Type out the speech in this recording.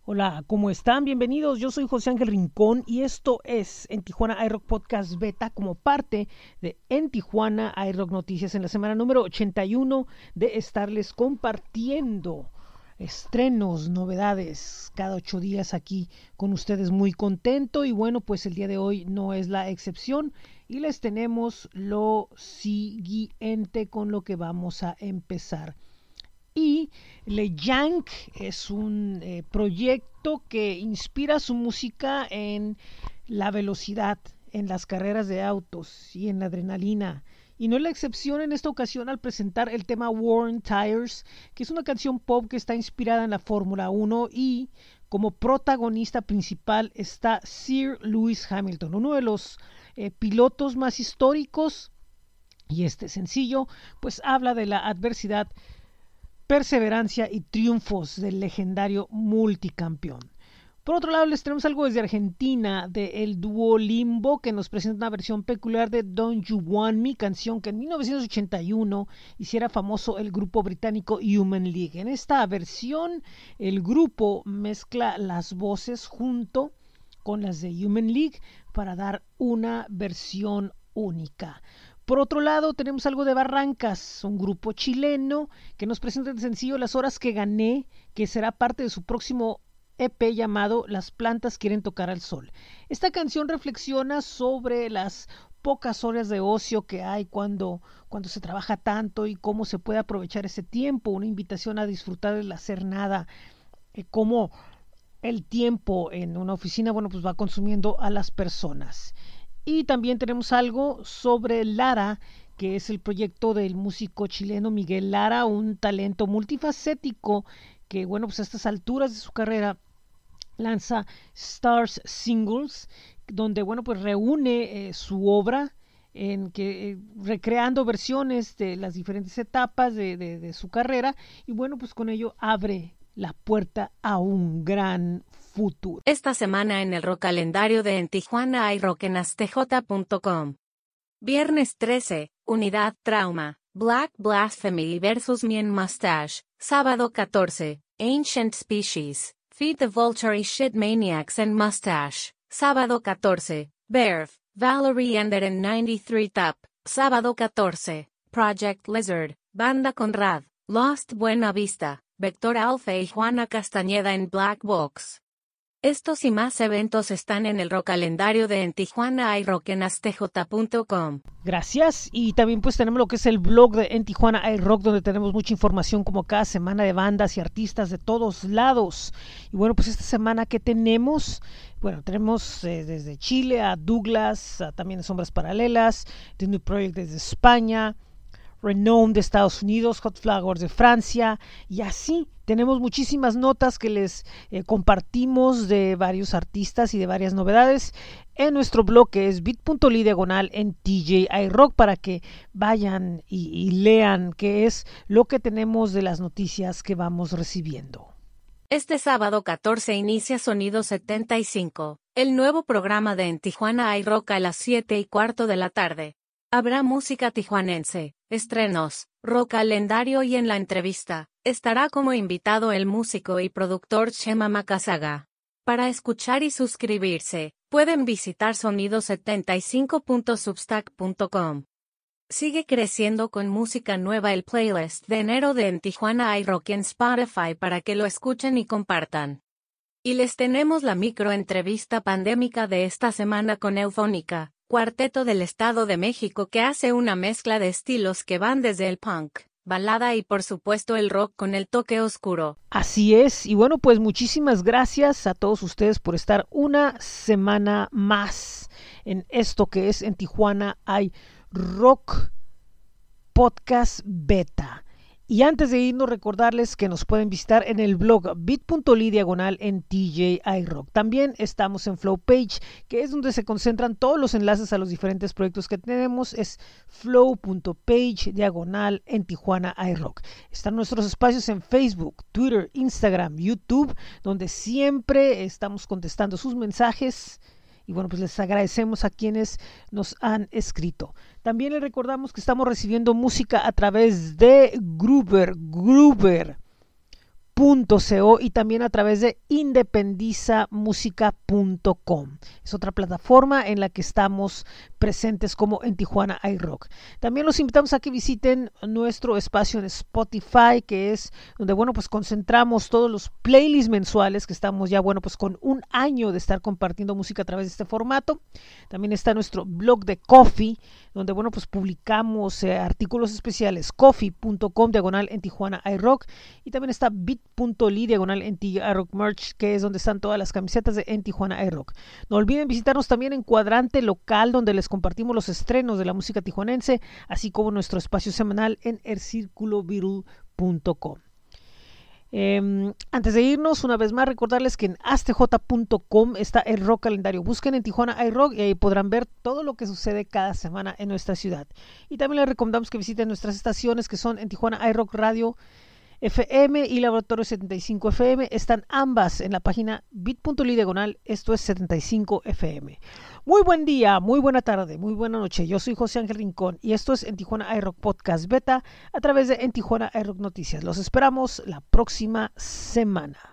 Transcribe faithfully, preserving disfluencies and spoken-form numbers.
Hola, ¿cómo están? Bienvenidos. Yo soy José Ángel Rincón y esto es En Tijuana iRock Podcast Beta como parte de En Tijuana iRock Noticias en la semana número ochenta y uno de estarles compartiendo estrenos, novedades cada ocho días aquí con ustedes. Muy contento y bueno, pues el día de hoy no es la excepción y les tenemos lo siguiente con lo que vamos a empezar. Y Le Yank es un eh, proyecto que inspira su música en la velocidad, en las carreras de autos y en la adrenalina. Y no es la excepción en esta ocasión al presentar el tema Worn Tires, que es una canción pop que está inspirada en la Fórmula uno y como protagonista principal está Sir Lewis Hamilton, uno de los eh, pilotos más históricos. Y este sencillo pues habla de la adversidad, perseverancia y triunfos del legendario multicampeón. Por otro lado, les tenemos algo desde Argentina, de el dúo Limbo, que nos presenta una versión peculiar de Don't You Want Me, canción que en mil novecientos ochenta y uno hiciera famoso el grupo británico Human League. En esta versión, el grupo mezcla las voces junto con las de Human League para dar una versión única. Por otro lado, tenemos algo de Barrancas, un grupo chileno que nos presenta el sencillo Las Horas que Gané, que será parte de su próximo E P llamado Las Plantas Quieren Tocar al Sol. Esta canción reflexiona sobre las pocas horas de ocio que hay cuando, cuando se trabaja tanto y cómo se puede aprovechar ese tiempo, una invitación a disfrutar del hacer nada, eh, cómo el tiempo en una oficina, bueno, pues va consumiendo a las personas. Y también tenemos algo sobre Lara, que es el proyecto del músico chileno Miguel Lara, un talento multifacético que, bueno, pues a estas alturas de su carrera lanza Stars Singles, donde, bueno, pues reúne eh, su obra en que eh, recreando versiones de las diferentes etapas de, de, de su carrera y, bueno, pues con ello abre la puerta a un gran futuro. Esta semana en el rock calendario de En Tijuana iRock en astj punto com. Viernes trece, Unidad Trauma, Black Blasphemy versus Mien Mustache. Sábado catorce, Ancient Species, Feed the Vulture y Shit Maniacs and Mustache. Sábado catorce, Verve, Valerie Ender en noventa y tres Top. Sábado catorce, Project Lizard, Banda Conrad, Lost Buena Vista, Vector Alpha y Juana Castañeda en Black Box. Estos y más eventos están en el rock calendario de En Tijuana iRock en astj punto com. Gracias. Y también pues tenemos lo que es el blog de En Tijuana iRock, donde tenemos mucha información como cada semana de bandas y artistas de todos lados. Y bueno, pues esta semana ¿qué tenemos? Bueno, tenemos eh, desde Chile a Douglas, a también Sombras Paralelas, The New Project desde España, Renown de Estados Unidos, Hot Flowers de Francia y así tenemos muchísimas notas que les eh, compartimos de varios artistas y de varias novedades en nuestro blog que es bit.ly diagonal en T J iRock para que vayan y, y lean qué es lo que tenemos de las noticias que vamos recibiendo. Este sábado catorce inicia Sonido setenta y cinco, el nuevo programa de En Tijuana iRock a las siete y cuarto de la tarde. Habrá música tijuanense, estrenos, rock calendario y en la entrevista, estará como invitado el músico y productor Chema Macazaga. Para escuchar y suscribirse, pueden visitar sonido setenta y cinco punto substack punto com. Sigue creciendo con música nueva el playlist de enero de En Tijuana iRock en Spotify para que lo escuchen y compartan. Y les tenemos la microentrevista pandémica de esta semana con Eufónica, cuarteto del Estado de México que hace una mezcla de estilos que van desde el punk, balada y por supuesto el rock con el toque oscuro. Así es, y bueno, pues muchísimas gracias a todos ustedes por estar una semana más en esto que es En Tijuana iRock Podcast Beta. Y antes de irnos, recordarles que nos pueden visitar en el blog bit.ly diagonal en T J iRock. También estamos en Flowpage, que es donde se concentran todos los enlaces a los diferentes proyectos que tenemos. Es flow.page diagonal en Tijuana iRock. Están nuestros espacios en Facebook, Twitter, Instagram, YouTube, donde siempre estamos contestando sus mensajes. Y bueno, pues les agradecemos a quienes nos han escrito. También les recordamos que estamos recibiendo música a través de Groover, Groover punto co y también a través de independiza música punto com. Es otra plataforma en la que estamos presentes como en Tijuana iRock. También los invitamos a que visiten nuestro espacio en Spotify, que es donde, bueno, pues concentramos todos los playlists mensuales que estamos ya, bueno, pues con un año de estar compartiendo música a través de este formato. También está nuestro blog de Ko-fi, donde, bueno, pues publicamos eh, artículos especiales, coffee punto com diagonal en Tijuana iRock, y también está bit.ly diagonal en iRock Merch, que es donde están todas las camisetas de En Tijuana iRock. No olviden visitarnos también en Cuadrante Local, donde les compartimos los estrenos de la música tijuanense, así como nuestro espacio semanal en el círculo virul punto com. Eh, antes de irnos, una vez más, recordarles que en astj punto com está el rock calendario. Busquen en Tijuana iRock y ahí podrán ver todo lo que sucede cada semana en nuestra ciudad. Y también les recomendamos que visiten nuestras estaciones, que son en Tijuana iRock Radio F M y Laboratorio setenta y cinco F M. Están ambas en la página bit.ly diagonal, esto es setenta y cinco F M. Muy buen día, muy buena tarde, muy buena noche. Yo soy José Ángel Rincón y esto es En Tijuana iRock Podcast Beta a través de En Tijuana iRock Noticias. Los esperamos la próxima semana.